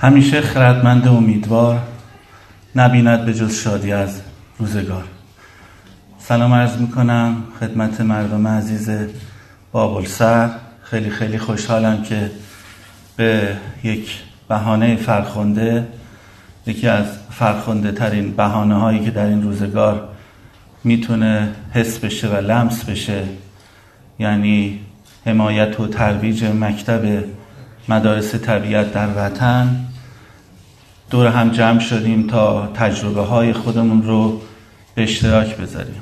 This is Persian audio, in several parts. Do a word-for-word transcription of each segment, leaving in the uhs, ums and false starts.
همیشه خردمند و امیدوار، نبیند به جز شادی از روزگار. سلام عرض میکنم خدمت مردم عزیز بابلسر. خیلی خیلی خوشحالم که به یک بهانه فرخنده، یکی از فرخنده ترین بهانه هایی که در این روزگار میتونه حس بشه و لمس بشه، یعنی حمایت و ترویج مکتب مدارس طبیعت در وطن، دور هم جمع شدیم تا تجربه های خودمون رو به اشتراک بذاریم.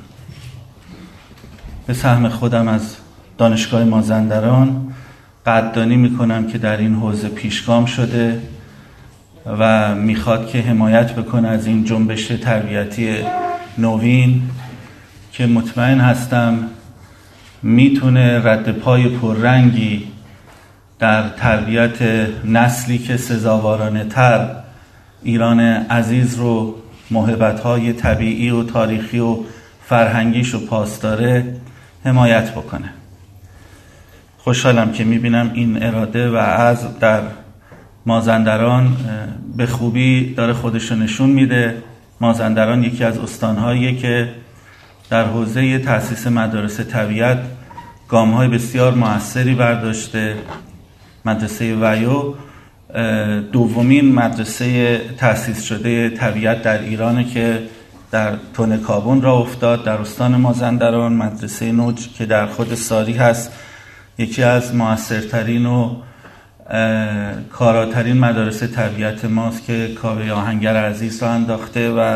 به سهم خودم از دانشگاه مازندران قدردانی میکنم که در این حوزه پیشگام شده و میخواد که حمایت بکنه از این جنبش تربیتی نوین که مطمئن هستم میتونه رد پای پررنگی در تربیت نسلی که سزاوارانه تر ایران عزیز رو موهبت‌های طبیعی و تاریخی و فرهنگیش رو پاس داره حمایت بکنه. خوشحالم که میبینم این اراده و عزم در مازندران به خوبی داره خودشو نشون میده. مازندران یکی از استان‌هاییه که در حوزه تأسیس مدارس طبیعت گام‌های بسیار موثری برداشته. مدرسه ویو دومین مدرسه تأسیس شده طبیعت در ایرانه که در تن کابون را افتاد در استان مازندران. مدرسه نوج که در خود ساری هست یکی از موثرترین و کاراترین مدارس طبیعت ماست که کاوه آهنگر عزیز را انداخته و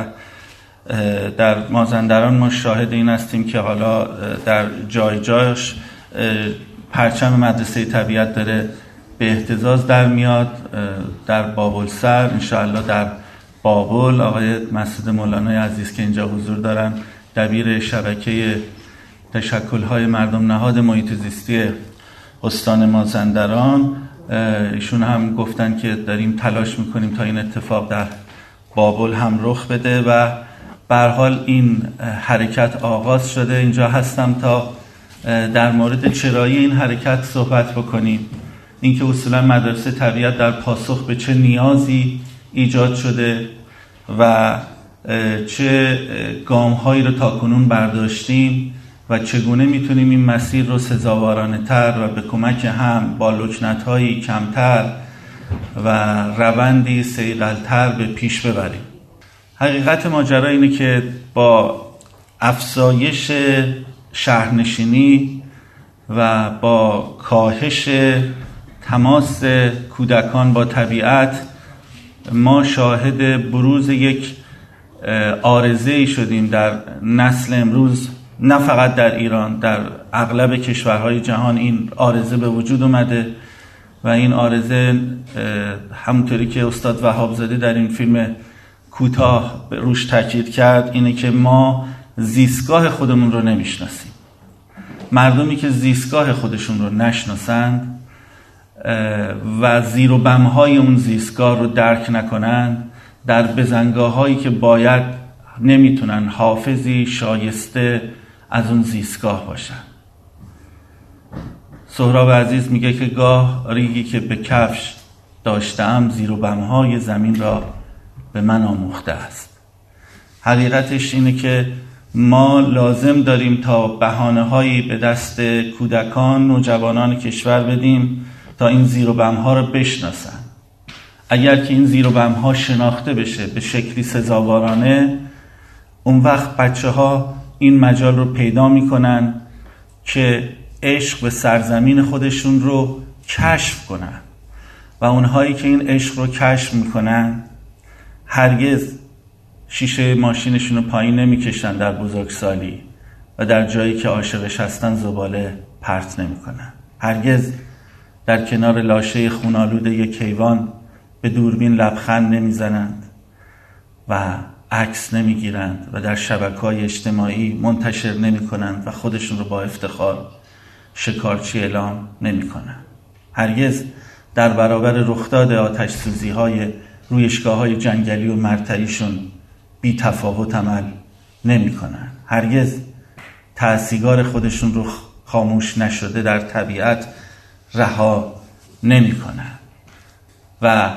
در مازندران ما شاهد این هستیم که حالا در جای جایش پرچم مدرسه طبیعت داره به اهتزاز در میاد. در بابلسر انشاءالله در بابل آقای مسعود مولانای عزیز که اینجا حضور دارن، دبیر شبکه تشکل‌های مردم نهاد محیط زیستی استان مازندران، ایشون هم گفتن که داریم تلاش میکنیم تا این اتفاق در بابل هم رخ بده و به هر حال این حرکت آغاز شده. اینجا هستم تا در مورد چرایی این حرکت صحبت بکنیم، اینکه اصولا مدارس طبیعت در پاسخ به چه نیازی ایجاد شده و چه گام‌هایی رو تاکنون برداشتیم و چگونه میتونیم این مسیر رو سزاوارانه تر و به کمک هم با لکنت‌هایی کمتر و روندی صیقل‌تر به پیش ببریم. حقیقت ماجرا اینه که با افزایش شهرنشینی و با کاهش تماس کودکان با طبیعت ما شاهد بروز یک عارضه‌ای شدیم در نسل امروز. نه فقط در ایران، در اغلب کشورهای جهان این عارضه به وجود اومده و این عارضه همونطوری که استاد وهابزاده در این فیلم کوتاه روش تاکید کرد اینه که ما زیستگاه خودمون رو نمیشناسیم. مردمی که زیستگاه خودشون رو نشناسند و زیر و بم‌های اون زیستگاه رو درک نکنند، در بزنگاه‌هایی که باید نمیتونن حافظی شایسته از اون زیستگاه باشن. سهراب عزیز میگه که گاه ریگی که به کفش داشتم زیر و بم‌های زمین را به من آموخته است. حقیقتش اینه که ما لازم داریم تا بهانه‌هایی به دست کودکان، نوجوانان کشور بدیم تا این زیر و بم‌ها رو بشناسن. اگر که این زیر و بم‌ها شناخته بشه به شکلی سزاوارانه، اون وقت بچه‌ها این مجال رو پیدا میکنن که عشق به سرزمین خودشون رو کشف کنن و اونهایی که این عشق رو کشف میکنن هرگز شیشه ماشینشون رو پایین نمیکشن در بزرگسالی و در جایی که عاشقش هستن زباله پرت نمیکنن. هرگز در کنار لاشه خونالود یک حیوان به دوربین لبخند نمیزنند و عکس نمیگیرند و در شبکه‌های اجتماعی منتشر نمیکنند و خودشون رو با افتخار شکارچی اعلام نمیکنند. هرگز در برابر رخداد آتش سوزی های رویشگاه‌های جنگلی و مرتعیشون بی تفاوت عمل نمیکنند. هرگز تأثیرگار خودشون رو خاموش نشده در طبیعت رها نمیکنند و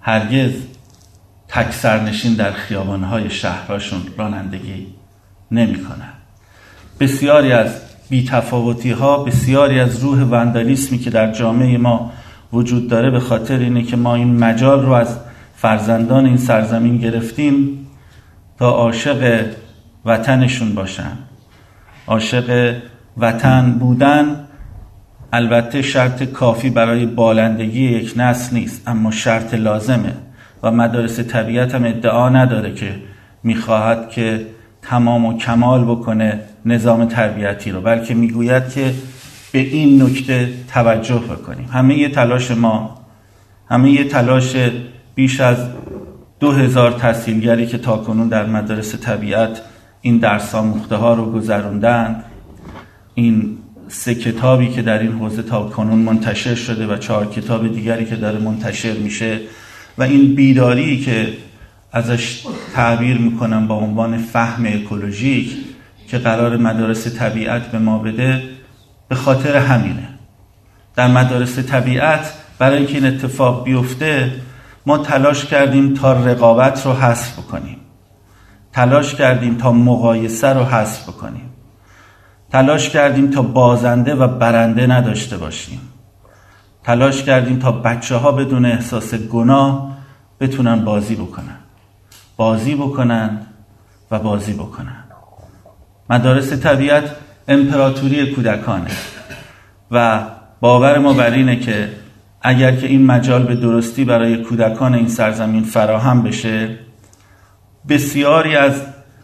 هرگز تک سرنشین در خیابانهای شهرهاشون رانندگی نمی کنن. بسیاری از بی‌تفاوتی ها، بسیاری از روح وندالیسمی که در جامعه ما وجود داره به خاطر اینه که ما این مجال رو از فرزندان این سرزمین گرفتیم تا عاشق وطنشون باشن. عاشق وطن بودن البته شرط کافی برای بالندگی یک نسل نیست، اما شرط لازمه و مدارس طبیعت هم ادعا نداره که میخواهد که تمام و کمال بکنه نظام تربیتی رو، بلکه میگوید که به این نکته توجه بکنیم. همه یه تلاش ما، همه یه تلاش بیش از دو هزار تحصیلگری که تاکنون در مدارس طبیعت این درس آموخته ها رو گذروندن، این سه کتابی که در این حوزه تاکنون منتشر شده و چهار کتاب دیگری که داره منتشر میشه و این بیداری که ازش تعبیر میکنم با عنوان فهم اکولوژیک که قرار مدارس طبیعت به ما بده، به خاطر همینه. در مدارس طبیعت برای اینکه این اتفاق بیفته ما تلاش کردیم تا رقابت رو حذف بکنیم، تلاش کردیم تا مقایسه رو حذف بکنیم، تلاش کردیم تا بازنده و برنده نداشته باشیم، تلاش کردیم تا بچه ها بدون احساس گناه بتونن بازی بکنن بازی بکنن و بازی بکنن. مدارس طبیعت امپراتوری کودکانه و باور ما بر اینه که اگر که این مجال به درستی برای کودکان این سرزمین فراهم بشه، بسیاری از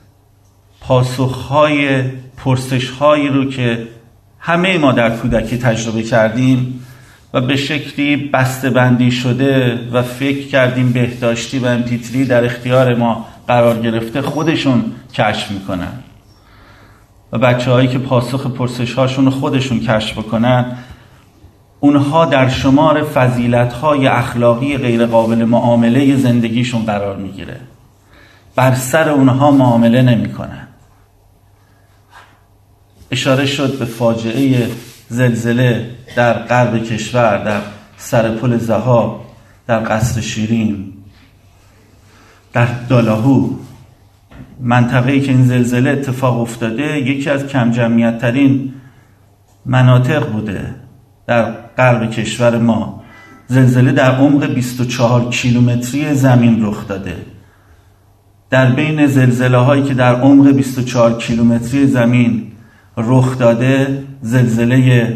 پاسخهای پرسشهایی رو که همه ما در کودکی تجربه کردیم و به شکلی بسته‌بندی شده و فکر کردیم بهداشتی و امپیتری در اختیار ما قرار گرفته، خودشون کشف میکنن و بچه هایی که پاسخ پرسش هاشون رو خودشون کشف بکنن، اونها در شمار فضیلت های اخلاقی غیر قابل معامله زندگیشون قرار میگیره. بر سر اونها معامله نمی کنن. اشاره شد به فاجعه زلزله در غرب کشور، در سرپل ضحی، در قصر شیرین، در دالاهو، منطقه‌ای که این زلزله اتفاق افتاده یکی از کم جمعیت ترین مناطق بوده در غرب کشور ما. زلزله در عمق بیست و چهار کیلومتری زمین رخ داده. در بین زلزله هایی که در عمق بیست و چهار کیلومتری زمین رخ داده، زلزله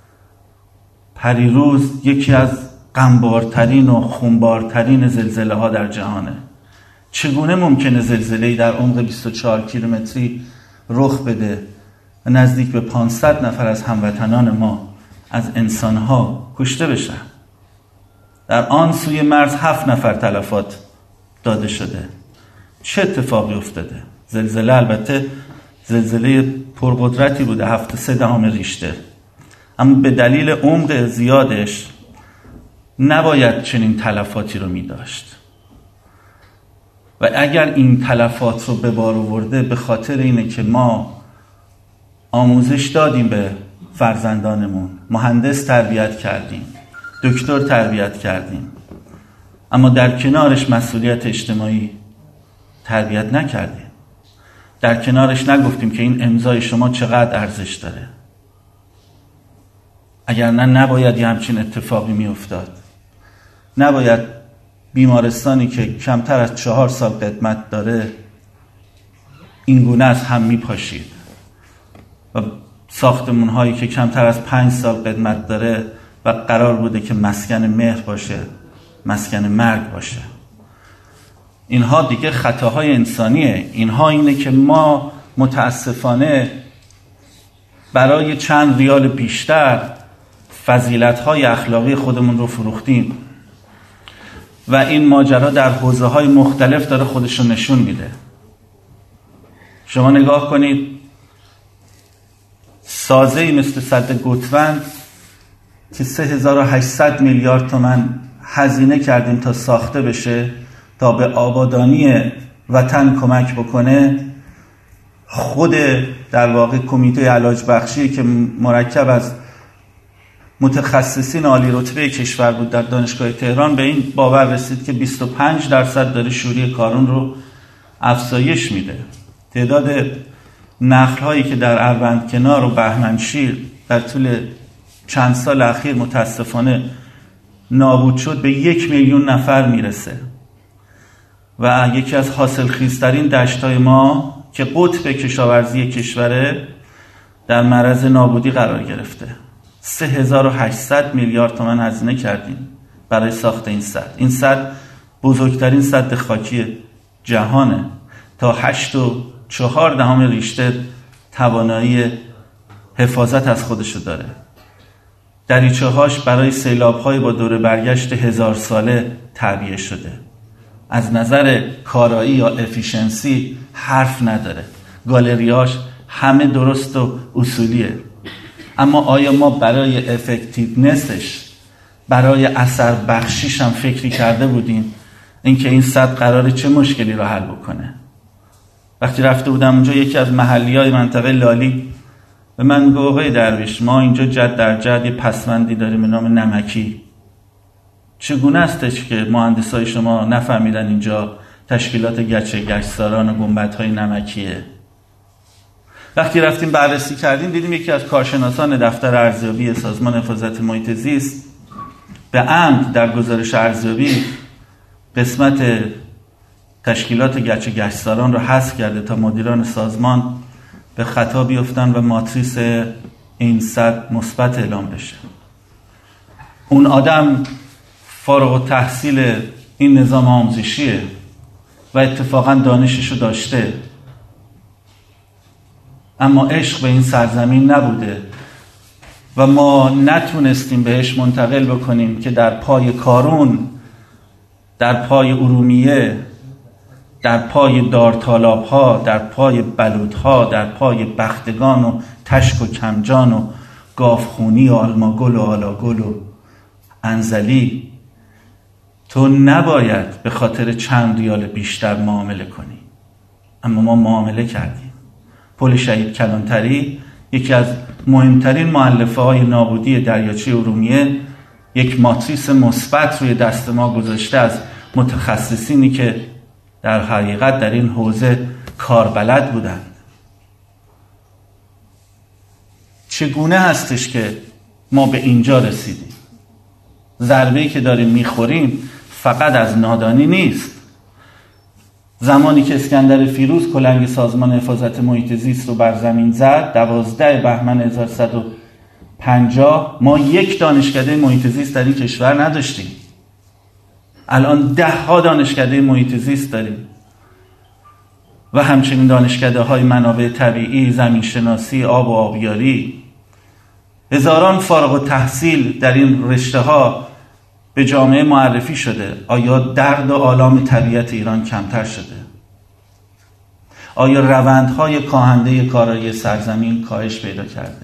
پریروز یکی از غمبارترین و خونبارترین زلزله ها در جهانه. چگونه ممکنه زلزله‌ای در عمق بیست و چهار کیلومتری رخ بده و نزدیک به پانصد نفر از هموطنان ما از انسانها کشته بشن؟ در آن سوی مرز هفت نفر تلفات داده شده. چه اتفاقی افتاده؟ زلزله البته زلزله پرقدرتی بوده، هفت و سه دهم ریشتر، اما به دلیل عمق زیادش نباید چنین تلفاتی رو می داشت و اگر این تلفات رو به بار آورده به خاطر اینه که ما آموزش دادیم به فرزندانمون، مهندس تربیت کردیم، دکتر تربیت کردیم، اما در کنارش مسئولیت اجتماعی تربیت نکردیم. در کنارش نگفتیم که این امضای شما چقدر ارزش داره. اگر نه نباید یه همچین اتفاقی می افتاد. نباید بیمارستانی که کمتر از چهار سال قدمت داره این گونه از هم می پاشید و ساختمون هایی که کمتر از پنج سال قدمت داره و قرار بوده که مسکن مهر باشه، مسکن مرگ باشه. اینها دیگه خطاهای انسانیه. اینها اینه که ما متاسفانه برای چند ریال بیشتر فضیلت‌های اخلاقی خودمون رو فروختیم و این ماجرا در حوزه‌های مختلف داره خودش رو نشون میده. شما نگاه کنید سازه‌ای مثل سد گوتوند که سه هزار و هشتصد میلیارد تومان هزینه کردیم تا ساخته بشه، تا به آبادانی وطن کمک بکنه، خود در واقع کمیته علاج بخشی که مرکب از متخصصین عالی رتبه کشور بود در دانشگاه تهران، به این باور رسید که بیست و پنج درصد داره شوری کارون رو افزایش میده. تعداد نخل هایی که در اروندکنار و بهمنشیر در طول چند سال اخیر متاسفانه نابود شد به یک میلیون نفر میرسه و یکی از حاصلخیزترین دشت‌های ما که قطب کشاورزی کشوره در معرض نابودی قرار گرفته. سه هزار و هشتصد میلیارد تومان هزینه کردیم برای ساخت این سد. این سد بزرگترین سد خاکی جهانه، تا هشت و چهار دهم ریشتر توانایی حفاظت از خودشو داره. دریچه هاش برای سیلاب های با دوره برگشت هزار ساله تعبیه شده. از نظر کارایی یا افیشنسی حرف نداره. گالریاش همه درست و اصولیه. اما آیا ما برای افکتیونسش، برای اثر بخشیش هم فکری کرده بودیم اینکه این سد قراره چه مشکلی رو حل بکنه؟ وقتی رفته بودم اونجا، یکی از محلیای منطقه لالی به من میگه آقای درویش، ما اینجا جد در جد یه پسوندی داریم به نام نمکی. چگونه استش که مهندسای شما نفهمیدن اینجا تشکیلات گچه گچساران و گنبدهای نمکیه؟ وقتی رفتیم بررسی کردیم دیدیم یکی از کارشناسان دفتر ارزیابی سازمان حفاظت محیط زیست به عمد در گزارش ارزیابی قسمت تشکیلات گچه گچساران رو حذف کرده تا مدیران سازمان به خطا بیفتن و ماتریس این سد مثبت اعلام بشه. اون آدم فارغ التحصیل این نظام آموزشیه و اتفاقا دانششو داشته، اما عشق به این سرزمین نبوده و ما نتونستیم بهش منتقل بکنیم که در پای کارون، در پای ارومیه، در پای دارتالاب ها، در پای بلوط ها، در پای بختگان و تشک و کمجان و گافخونی و آلماگل و آلاگل و انزلی تو نباید به خاطر چند ریال بیشتر معامله کنی. اما ما معامله کردیم. پل شهید کلانتری یکی از مهمترین مؤلفه های نابودی دریاچه ارومیه یک ماتریس مثبت روی دست ما گذاشته از متخصصینی که در حقیقت در این حوزه کاربلد بودند. چگونه هستش که ما به اینجا رسیدیم؟ ضربه‌ای که داریم میخوریم فقط از نادانی نیست. زمانی که اسکندر فیروز کلنگ سازمان حفاظت محیط زیست رو بر زمین زد، دوازده بهمن هزار و صد و پنجاه، ما یک دانشکده محیط زیست در این کشور نداشتیم. الان ده ها دانشکده محیط زیست داریم و همچنین دانشکده های منابع طبیعی، زمین شناسی، آب و آبیاری. هزاران فارغ التحصیل در این رشته ها به جامعه معرفی شده. آیا درد و آلام طبیعت ایران کمتر شده؟ آیا روندهای کاهنده کارایی سرزمین کاهش پیدا کرده؟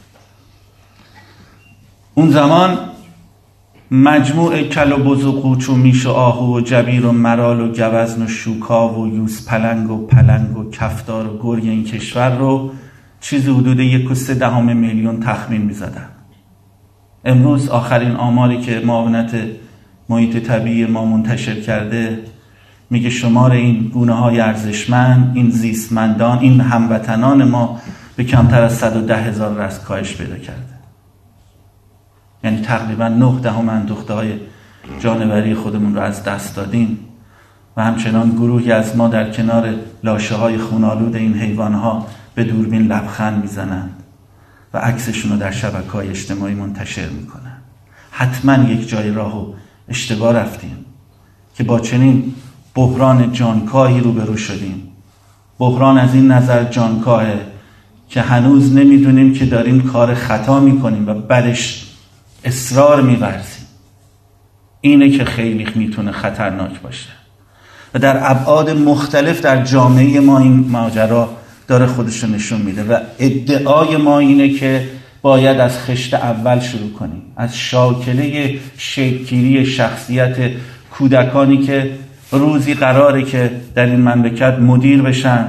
اون زمان مجموع کل و بز و قوچ و میش و آهو و جبیر و مرال و گوزن و شوکا و یوز پلنگ و پلنگ و کفتار و گرگ این کشور رو چیزی حدود یک و سه دهم میلیون تخمین می زدن. امروز آخرین آماری که معاونت محیط طبیعی ما منتشر کرده میگه شمار این گونه های ارزشمند، این زیستمندان، این هموطنان ما به کمتر از صد و ده هزار رس کاهش پیدا کرده. یعنی تقریبا نه دهم اندوخته های جانوری خودمون رو از دست دادیم و همچنان گروهی از ما در کنار لاشه های خونالود این حیوان ها به دوربین لبخند میزنند و عکسشون رو در شبکه‌های اجتماعی منتشر میکنن. حتما یک جای راهو اشتباه رفتیم که با چنین بحران جانکاهی روبرو شدیم. بحران از این نظر جانکاهه که هنوز نمیدونیم که داریم کار خطا میکنیم و بعدش اصرار می‌ورزیم. اینه که خیلی میتونه خطرناک باشه و در ابعاد مختلف در جامعه ما این ماجرا داره خودش رو نشون میده و ادعای ما اینه که باید از خشت اول شروع کنیم، از شاکله شکل‌گیری شخصیت کودکانی که روزی قراره که در این مملکت مدیر بشن،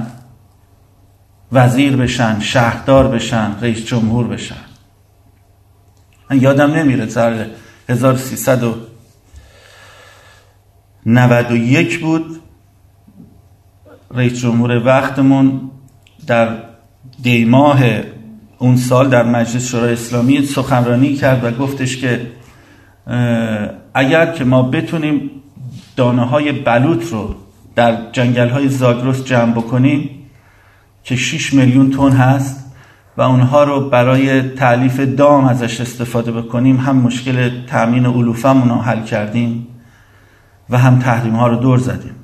وزیر بشن، شهردار بشن، رئیس جمهور بشن. من یادم نمیره سال هزار و سیصد و نود و یک بود، رئیس جمهور وقتمون در دیماه اون سال در مجلس شورای اسلامی سخنرانی کرد و گفتش که اگر که ما بتونیم دانه های بلوط رو در جنگل های زاگرس جمع بکنیم که شش میلیون تن هست و اونها رو برای تألیف دام ازش استفاده بکنیم، هم مشکل تأمین علوفمون رو حل کردیم و هم تحریم ها رو دور زدیم.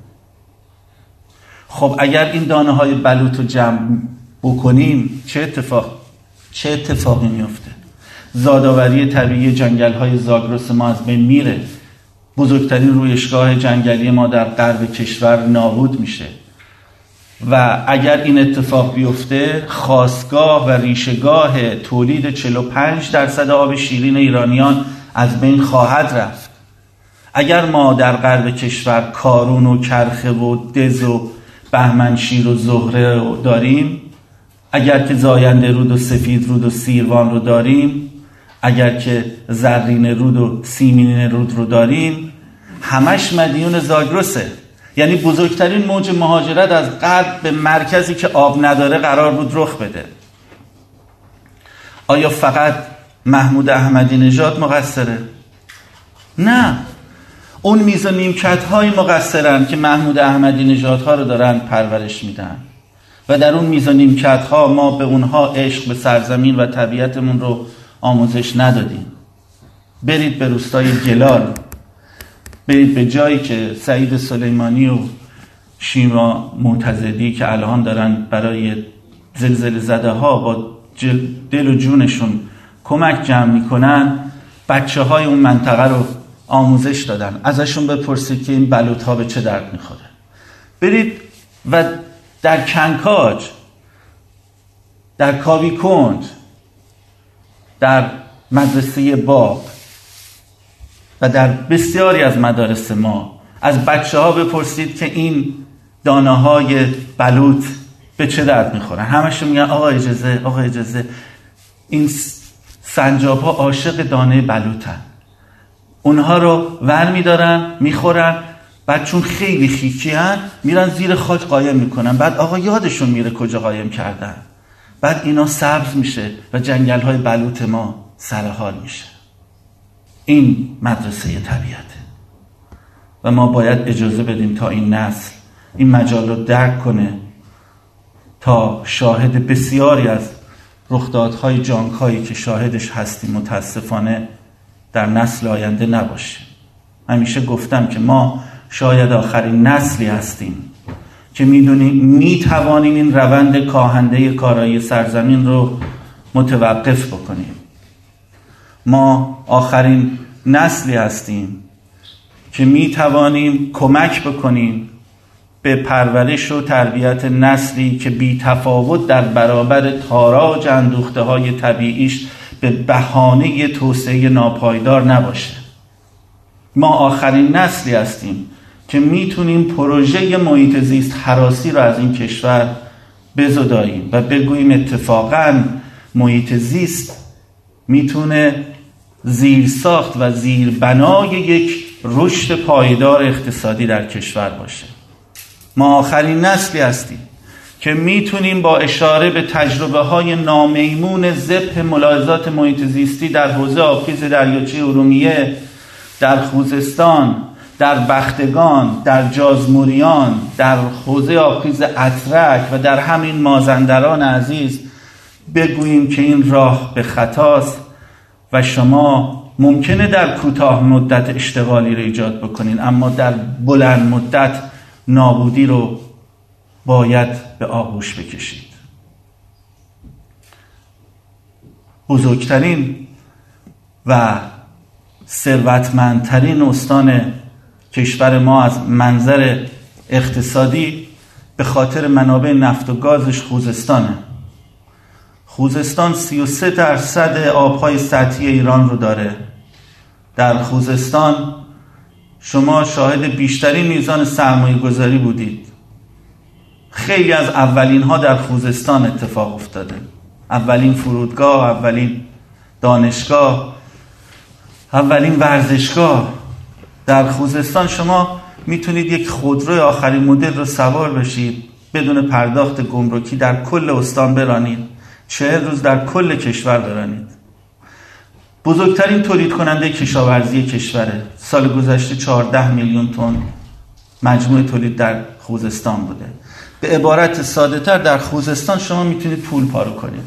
خب اگر این دانه های بلوط رو جمع بکنیم چه اتفاق چه اتفاقی میفته؟ زادآوری طبیعی جنگل های زاگرس ما از بین میره، بزرگترین رویشگاه جنگلی ما در غرب کشور نابود میشه و اگر این اتفاق بیفته خاستگاه و ریشه‌گاه تولید چهل و پنج درصد آب شیرین ایرانیان از بین خواهد رفت. اگر ما در غرب کشور کارون و کرخه و دز و بهمنشیر و زهره داریم، اگر که زاینده رود و سفید رود و سیروان رو داریم، اگر که زرین رود و سیمین رود رو داریم، همش مدیون زاگرسه. یعنی بزرگترین موج مهاجرت از غرب به مرکزی که آب نداره قرار بود رخ بده. آیا فقط محمود احمدی نژاد مقصره؟ نه، اون میز و نیمکت های مقصرن که محمود احمدی نژادها رو دارن پرورش میدن و در اون میز و نیمکت ها ما به اونها عشق به سرزمین و طبیعتمون رو آموزش ندادیم. برید به روستای گلال، برید به جایی که سعید سلیمانی و شیما معتزدی که الان دارن برای زلزله زده ها با دل و جونشون کمک جمع میکنن، بچه های اون منطقه رو آموزش دادن. ازشون بپرسید که این بلوط ها به چه درد میخوره. برید و در کنکاج، در کاوی کند، در مدرسه باب و در بسیاری از مدارس ما از بچه ها بپرسید که این دانه های بلوط به چه درد میخورن. همشون میگن آقا اجازه، آقا اجازه. این سنجاب ها عاشق دانه بلوطن، اونها رو ور میدارن میخورن، بعد چون خیلی خیکی هن میرن زیر خاک قایم میکنن، بعد آقا یادشون میره کجا قایم کردن، بعد اینا سبز میشه و جنگل های بلوط ما سرحال میشه. این مدرسه طبیعته و ما باید اجازه بدیم تا این نسل این مجال رو درک کنه تا شاهد بسیاری از رخدادهای جانکایی که شاهدش هستیم متاسفانه در نسل آینده نباشه. همیشه گفتم که ما شاید آخرین نسلی هستیم که میدونیم میتوانیم این روند کاهنده کارایی سرزمین رو متوقف بکنیم. ما آخرین نسلی هستیم که میتوانیم کمک بکنیم به پرورش و تربیت نسلی که بی تفاوت در برابر تاراج اندوخته های طبیعیش به بهانه توسعه ناپایدار نباشه. ما آخرین نسلی هستیم که میتونیم پروژه محیط زیست هراسی رو از این کشور بزداییم و بگوییم اتفاقاً محیط زیست میتونه زیرساخت و زیربنای یک رشد پایدار اقتصادی در کشور باشه. ما آخرین نسلی هستیم که میتونیم با اشاره به تجربه های نامیمون ذبح ملاحظات محیط زیستی در حوزه آبخیز دریاچه ارومیه، در خوزستان، در بختگان، در جازموریان، در حوزه آبخیز اترک و در همین مازندران عزیز بگوییم که این راه به خطاست و شما ممکنه در کوتاه مدت اشتغالی رو ایجاد بکنین، اما در بلند مدت نابودی رو باید به آغوش بکشید. بزرگترین و ثروتمندترین استان کشور ما از منظر اقتصادی به خاطر منابع نفت و گازش خوزستانه. خوزستان سی و سه درصد آبهای سطحی ایران رو داره. در خوزستان شما شاهد بیشترین میزان سرمایه گذاری بودید. خیلی از اولین ها در خوزستان اتفاق افتاده. اولین فرودگاه، اولین دانشگاه اولین ورزشگاه در خوزستان. شما میتونید یک خودروی آخرین مدل رو سوار بشید بدون پرداخت گمرکی در کل استان برانید، چهل روز در کل کشور برانید. بزرگترین تولید کننده کشاورزی کشوره. سال گذشته چهارده میلیون تن مجموع تولید در خوزستان بوده. به عبارت ساده تر در خوزستان شما میتونید پول پارو کنید،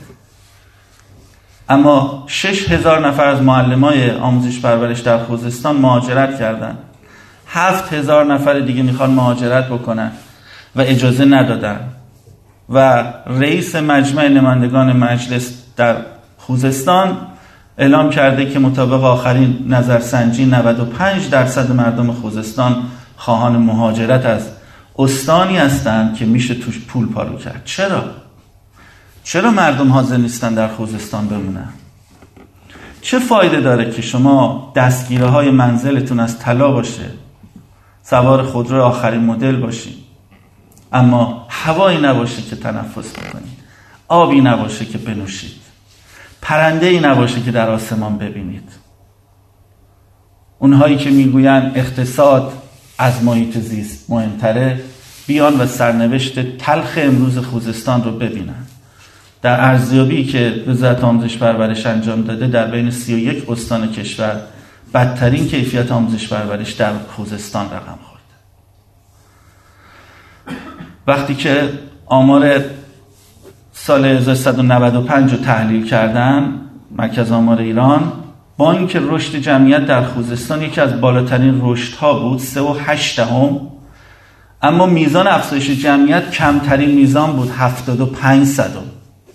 اما شش هزار نفر از معلمای آموزش پرورش در خوزستان مهاجرت کردن، هفت هزار نفر دیگه میخوان مهاجرت بکنن و اجازه ندادن و رئیس مجمع نمایندگان مجلس در خوزستان اعلام کرده که مطابق آخرین نظرسنجی نود و پنج درصد مردم خوزستان خواهان مهاجرت از استانی هستند که میشه توش پول پارو کرد. چرا؟ چرا مردم حاضر نیستن در خوزستان بمونن؟ چه فایده داره که شما دستگیره های منزلتون از طلا باشه، سوار خودرو آخرین مدل باشید، اما هوایی نباشه که تنفس بکنید، آبی نباشه که بنوشید، پرنده‌ای نباشه که در آسمان ببینید؟ اونهایی که میگوین اقتصاد از محیط زیست مهمتره بیان و سرنوشت تلخ امروز خوزستان رو ببینن. در ارزیابی که وزارت آموزش پرورش انجام داده در بین سی و یک استان کشور بدترین کیفیت آموزش پرورش در خوزستان رقم خورده. وقتی که آمار سال هزار و سیصد و نود و پنج رو تحلیل کردن، مرکز آمار ایران، با اینکه رشد جمعیت در خوزستان یکی از بالاترین رشدها بود، سه و هشت دهم، اما میزان افزایش جمعیت کمترین میزان بود، هفتاد و پنج صدم.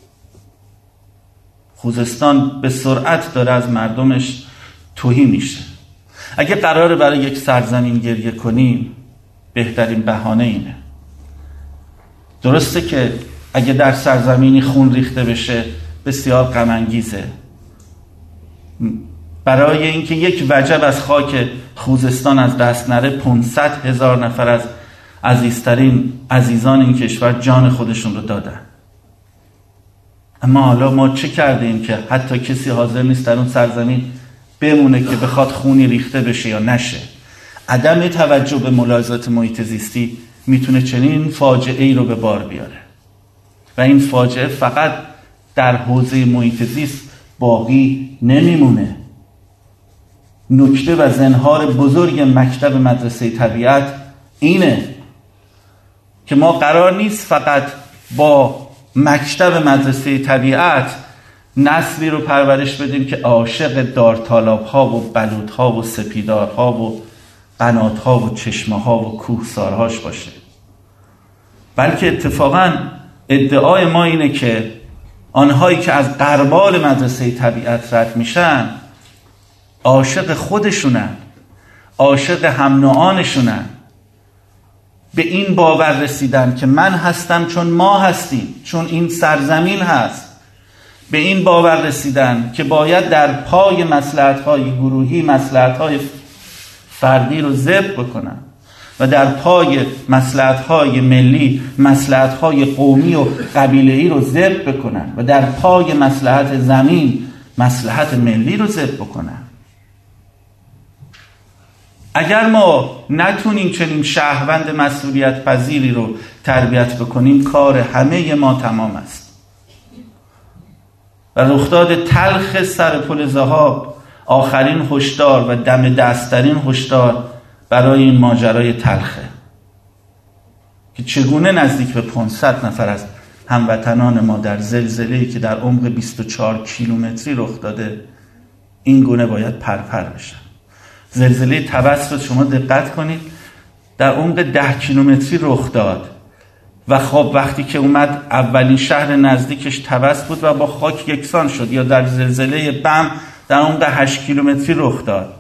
خوزستان به سرعت داره از مردمش تهی میشه. اگه قراره برای یک سرزمین گریه کنیم، بهترین بهانه اینه. درسته که اگه در سرزمینی خون ریخته بشه بسیار غم انگیزه. برای اینکه یک وجب از خاک خوزستان از دست نره، پانصد هزار نفر از عزیزترین عزیزان این کشور جان خودشون رو دادن. اما حالا ما چه کردیم که حتی کسی حاضر نیست در اون سرزمین بمونه که بخواد خونی ریخته بشه یا نشه؟ عدم توجه به ملاحظات محیط زیستی میتونه چنین فاجعه ای رو به بار بیاره و این فاجعه فقط در حوزه محیط زیست باقی نمیمونه. نکته و زنهار بزرگ مکتب مدرسه طبیعت اینه که ما قرار نیست فقط با مکتب مدرسه طبیعت نسلی رو پرورش بدیم که عاشق دارتالاب ها و بلوط ها و سپیدار ها و قنات ها و چشمه ها و کوهسارهاش باشه، بلکه اتفاقا ادعای ما اینه که آنهایی که از غربال مدرسه طبیعت رد میشن عاشق خودشونن، عاشق هم نوعانشونن، به این باور رسیدن که من هستم چون ما هستیم، چون این سرزمین هست. به این باور رسیدن که باید در پای مصلحت‌های گروهی مصلحت‌های فردی رو ذبح بکنن و در پای مصلحت‌های ملی مصلحت‌های قومی و قبیله‌ای رو ذبح بکنن و در پای مصلحت زمین مصلحت ملی رو ذبح بکنن. اگر ما نتونیم چنین شهروند مسئولیت پذیری رو تربیت بکنیم، کار همه ما تمام است و رخداد تلخ سر پل ذهاب آخرین هشدار و دم دستترین هشدار برای این ماجرای تلخه که چگونه نزدیک به پانصد نفر از هموطنان ما در زلزله‌ای که در عمق بیست و چهار کیلومتری رخ داده این گونه باید پرپر بشن. زلزله طبس رو شما دقت کنید، در عمق ده کیلومتری رخ داد و خب وقتی که اومد اولین شهر نزدیکش طبس بود و با خاک یکسان شد. یا در زلزله بم در عمق هشت کیلومتری رخ داد.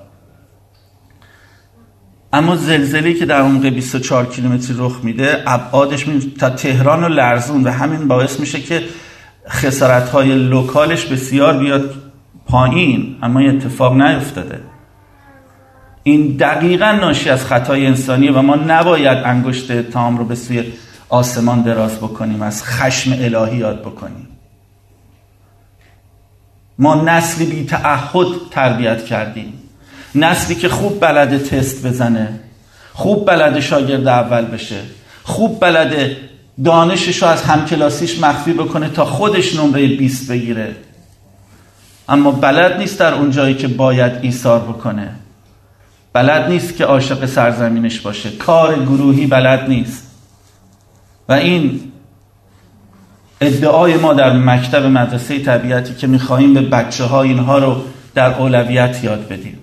اما زلزله‌ای که در عمق بیست و چهار کیلومتری رخ میده ابعادش می تا تهران رو لرزون و همین باعث میشه که خسارت‌های لوکالش بسیار بیاد پایین، اما این اتفاق نیفتاده. این دقیقاً ناشی از خطای انسانیه و ما نباید انگشت اتهام رو به سوی آسمان دراز بکنیم، از خشم الهی یاد بکنیم. ما نسلی بی تعهد تربیت کردیم، نسلی که خوب بلده تست بزنه، خوب بلده شاگرد اول بشه، خوب بلده دانشش رو از همکلاسیش مخفی بکنه تا خودش نمره بیست بگیره، اما بلد نیست در اون جایی که باید ایثار بکنه، بلد نیست که عاشق سرزمینش باشه، کار گروهی بلد نیست. و این ادعای ما در مکتب مدرسه طبیعتی که می‌خواهیم به بچه‌ها اینها رو در اولویت یاد بدیم.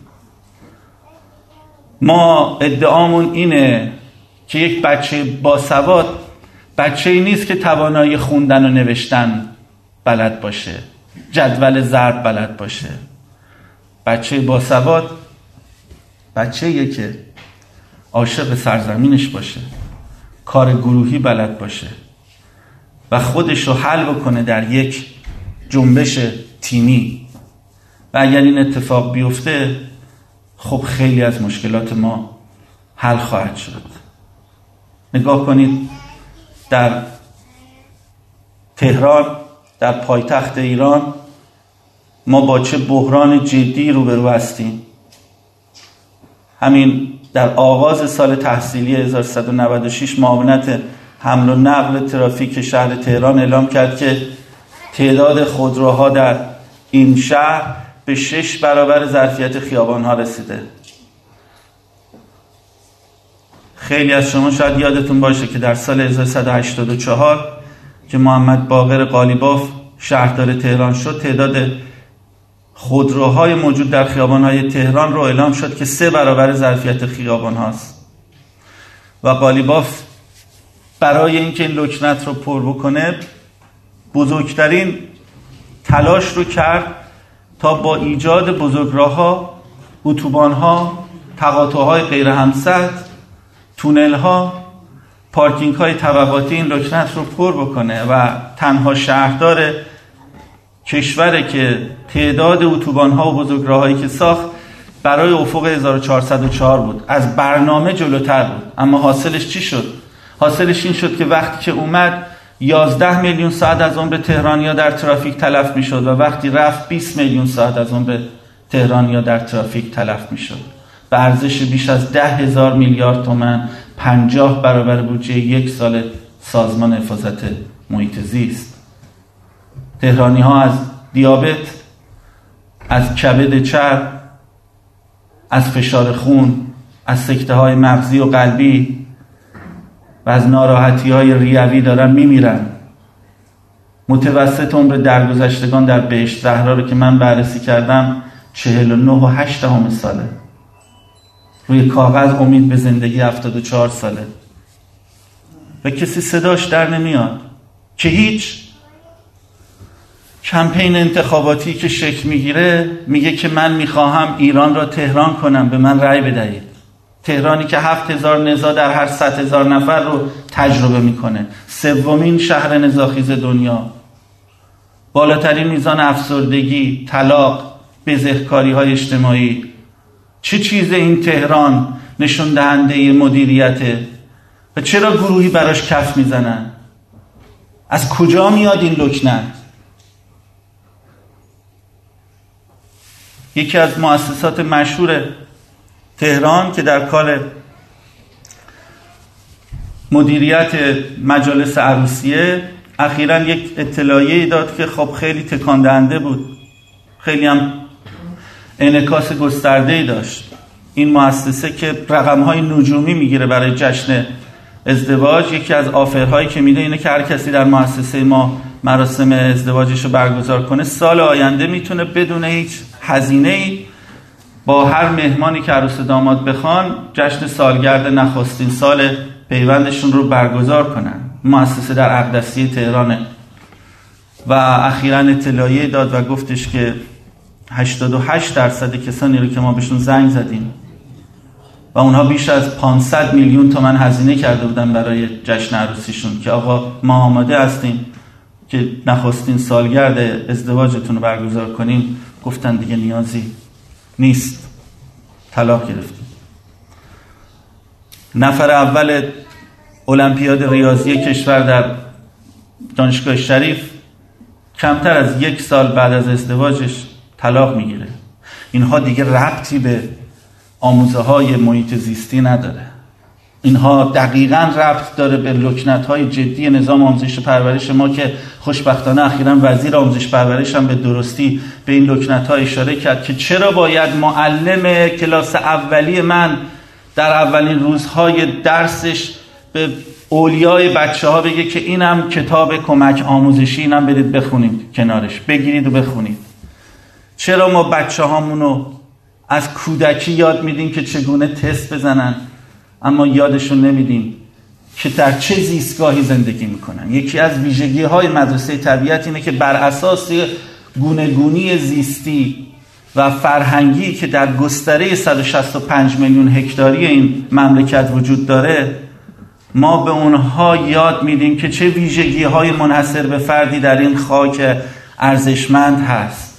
ما ادعامون اینه که یک بچه باسواد بچه‌ای نیست که توانایی خوندن و نوشتن بلد باشه، جدول ضرب بلد باشه. بچه باسواد بچه‌ایه که عاشق سرزمینش باشه، کار گروهی بلد باشه و خودش رو حل بکنه در یک جنبش تیمی. و اگر این اتفاق بیفته خب خیلی از مشکلات ما حل خواهد شد. نگاه کنید در تهران، در پایتخت ایران، ما با چه بحران جدی روبرو هستیم. همین در آغاز سال تحصیلی هزار و سیصد و نود و شش معاونت حمل و نقل ترافیک شهر تهران اعلام کرد که تعداد خودروها در این شهر به شش برابر ظرفیت خیابان‌ها رسیده. خیلی از شما شاید یادتون باشه که در سال هزار و سیصد و هشتاد و چهار که محمد باقر قالیباف شهردار تهران شد، تعداد خودروهای موجود در خیابان‌های تهران رو اعلام شد که سه برابر ظرفیت خیابان هاست. و قالیباف برای اینکه این لکنت رو پر بکنه بزرگترین تلاش رو کرد تا با ایجاد بزرگراه‌ها، اتوبان‌ها، تقاطع‌های غیر همسد، تونل‌ها، پارکینگ‌های طبقاتی این لکنت رو پر بکنه و تنها شهردار کشوره که تعداد اتوبان‌ها و بزرگراه‌هایی که ساخت برای افق هزار و چهارصد و چهار بود، از برنامه جلوتر بود. اما حاصلش چی شد؟ حاصلش این شد که وقتی که اومد یازده میلیون ساعت از عمر تهرانیا در ترافیک تلف میشد و وقتی رفت بیست میلیون ساعت از عمر تهرانیا در ترافیک تلف میشد. به ارزش بیش از ده هزار میلیارد تومان، پنجاه برابر بودجه یک سال سازمان حفاظت محیط زیست. تهرانی ها از دیابت، از کبد چرب، از فشار خون، از سکته های مغزی و قلبی و از ناراحتی های ریوی دارن میمیرن. متوسط عمر درگذشتگان در بهشت زهرا رو که من بررسی کردم چهل و نه و هشت دهم ساله. روی کاغذ امید به زندگی هفتاد و چهار ساله و کسی صداش در نمیاد که هیچ. کمپین انتخاباتی که شکل میگیره میگه که من میخواهم ایران را تهران کنم، به من رأی بدهید. تهرانی که هفت هزار نزاع در هر صد هزار نفر رو تجربه میکنه، سومین شهر نزاعخیز دنیا، بالاترین میزان افسردگی، طلاق، بزهکاری های اجتماعی. چه چیز این تهران نشون دهنده مدیریته و چرا گروهی براش کف میزنن؟ از کجا میاد این لکنت؟ یکی از مؤسسات مشهور تهران که در کار مدیریت مجالس عروسیه اخیراً یک اطلاعیه‌ای داد که خب خیلی تکان دهنده بود، خیلی هم انعکاس گسترده‌ای داشت. این مؤسسه که رقم‌های نجومی میگیره برای جشن ازدواج، یکی از آفرهایی که میده اینه که هر کسی در مؤسسه ما مراسم ازدواجش رو برگزار کنه سال آینده میتونه بدون هیچ هزینه‌ای با هر مهمانی که عروس داماد بخوان جشن سالگرد نخستین سال پیوندشون رو برگزار کنن. مؤسسه در اقدسیه تهرانه و اخیراً اطلاعیه داد و گفتش که هشتاد و هشت درصد کسانی رو که ما بهشون زنگ زدیم و اونها بیش از پانصد میلیون تومان هزینه کرده بودن برای جشن عروسیشون که آقا ما آماده هستیم که نخستین سالگرد ازدواجتون رو برگزار کنیم، گفتن دیگه نیازی نیست، طلاق گرفتیم. نفر اول المپیاد ریاضی کشور در دانشگاه شریف کمتر از یک سال بعد از ازدواجش طلاق میگیره. اینها دیگه ربطی به آموزه های محیط زیستی نداره. اینها دقیقاً ربط داره به لکنت‌های جدی نظام آموزش و پرورش ما که خوشبختانه اخیراً وزیر آموزش پرورش هم به درستی به این لکنت‌ها اشاره کرد که چرا باید معلم کلاس اولی من در اولین روزهای درسش به اولیای بچه‌ها بگه که اینم کتاب کمک آموزشی، اینم برید بخونید کنارش، بگیرید و بخونید. چرا ما بچه‌هامونو از کودکی یاد میدیم که چگونه تست بزنن اما یادشون نمیدیم که در چه زیستگاهی زندگی میکنن؟ یکی از ویژگی‌های مدرسه طبیعت اینه که بر اساس گونه‌گونی زیستی و فرهنگی که در گستره صد و شصت و پنج میلیون هکتاری این مملکت وجود داره، ما به اونها یاد میدیم که چه ویژگی‌های منحصر به فردی در این خاک ارزشمند هست،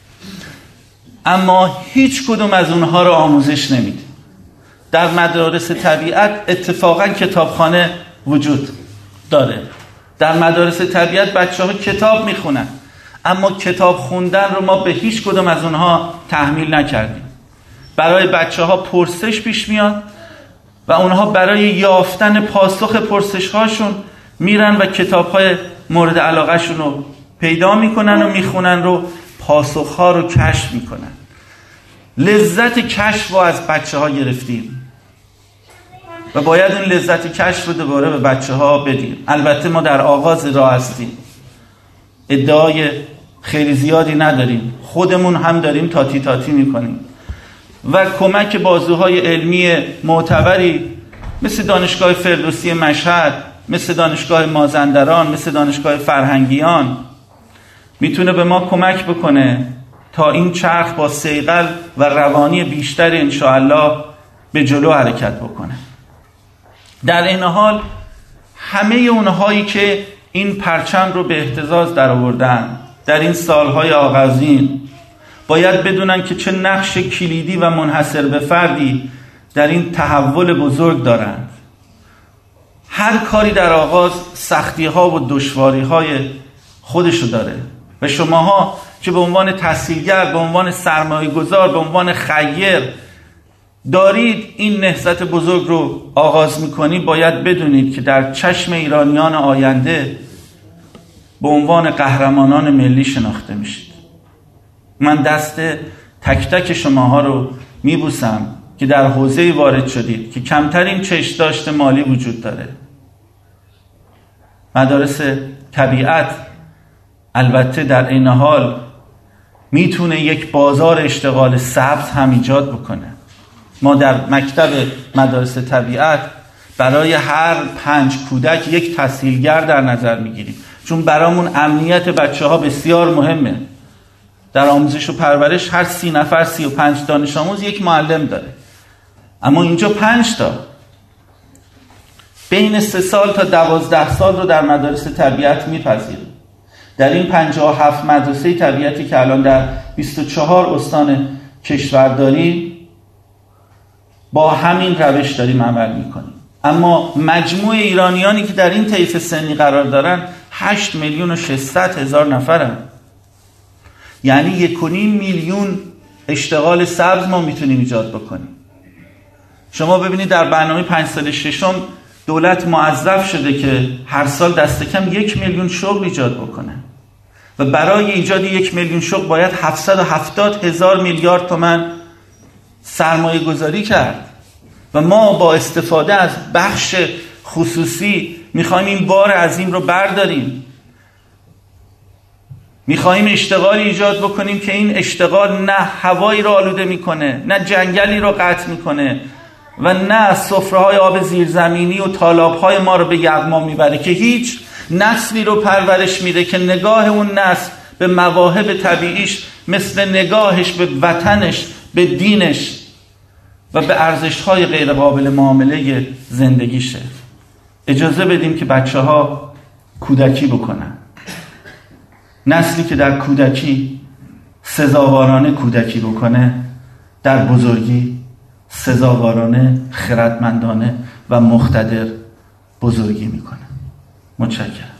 اما هیچ کدوم از اونها رو آموزش نمیدیم. در مدارس طبیعت اتفاقا کتابخانه وجود داره. در مدارس طبیعت بچه ها کتاب میخونن، اما کتاب خوندن رو ما به هیچ کدوم از اونها تحمیل نکردیم. برای بچه ها پرسش پیش میاد و اونها برای یافتن پاسخ پرسش هاشون میرن و کتاب های مورد علاقه شون رو پیدا میکنن و میخونن رو پاسخ ها رو کشف میکنن. لذت کشف رو از بچه ها گرفتیم و باید این لذت کشف رو دوباره به بچه ها بدیم. البته ما در آغاز راه هستیم، ادعای خیلی زیادی نداریم، خودمون هم داریم تاتی تاتی میکنیم و کمک بازوهای علمی معتبری مثل دانشگاه فردوسی مشهد، مثل دانشگاه مازندران، مثل دانشگاه فرهنگیان میتونه به ما کمک بکنه تا این چرخ با صیقل و روانی بیشتر انشاءالله به جلو حرکت بکنه. در این حال همه اونهایی که این پرچم رو به اهتزاز در آوردن در این سالهای آغازین باید بدونن که چه نقش کلیدی و منحصر به فردی در این تحول بزرگ دارند. هر کاری در آغاز سختی ها و دشواری های خودشو داره و شماها که به عنوان تحصیلگر، به عنوان سرمایه گذار، به عنوان خیر دارید این نهضت بزرگ رو آغاز میکنید، باید بدونید که در چشم ایرانیان آینده به عنوان قهرمانان ملی شناخته میشید. من دست تک تک شماها رو میبوسم که در حوزه‌ای وارد شدید که کمترین چشم داشته مالی وجود داره. مدارس طبیعت البته در این حال میتونه یک بازار اشتغال سبز هم ایجاد بکنه. ما در مکتب مدارس طبیعت برای هر پنج کودک یک تحصیلگر در نظر میگیریم، چون برامون امنیت بچه ها بسیار مهمه. در آموزش و پرورش هر سی نفر سی و پنج دانش آموز یک معلم داره، اما اینجا پنج تا. بین سه سال تا دوازده سال رو در مدارس طبیعت میپذیریم. در این پنجاه و هفت مدرسه طبیعتی که الان در بیست و چهار استان کشور داریم با همین روش داریم عمل میکنیم. اما مجموع ایرانیانی که در این طیف سنی قرار دارن هشت میلیون و ششصد هزار نفرن. یعنی یک و نیم میلیون اشتغال سبز ما میتونیم ایجاد بکنیم. شما ببینید در برنامه پنج سال ششم دولت موظف شده که هر سال دست کم یک میلیون شغل ایجاد بکنه و برای ایجاد یک میلیون شغل باید هفتصد و هفتاد هزار میلیارد تومان سرمایه گذاری کرد و ما با استفاده از بخش خصوصی میخوایم این بار عظیم رو برداریم. میخوایم اشتغالی ایجاد بکنیم که این اشتغال نه هوایی رو آلوده میکنه، نه جنگلی رو قطع میکنه و نه سفره‌های آب زیرزمینی و تالاب‌های ما رو به یغما میبره، که هیچ نسلی رو پرورش میده که نگاه اون نسل به مواهب طبیعیش مثل نگاهش به وطنش، به دینش و به ارزش‌های غیر قابل معامله زندگیشه. اجازه بدیم که بچه‌ها کودکی بکنن. نسلی که در کودکی سزاوارانه کودکی بکنه در بزرگی سزاوارانه، خردمندانه و مقتدر بزرگی میکنه. متشکرم.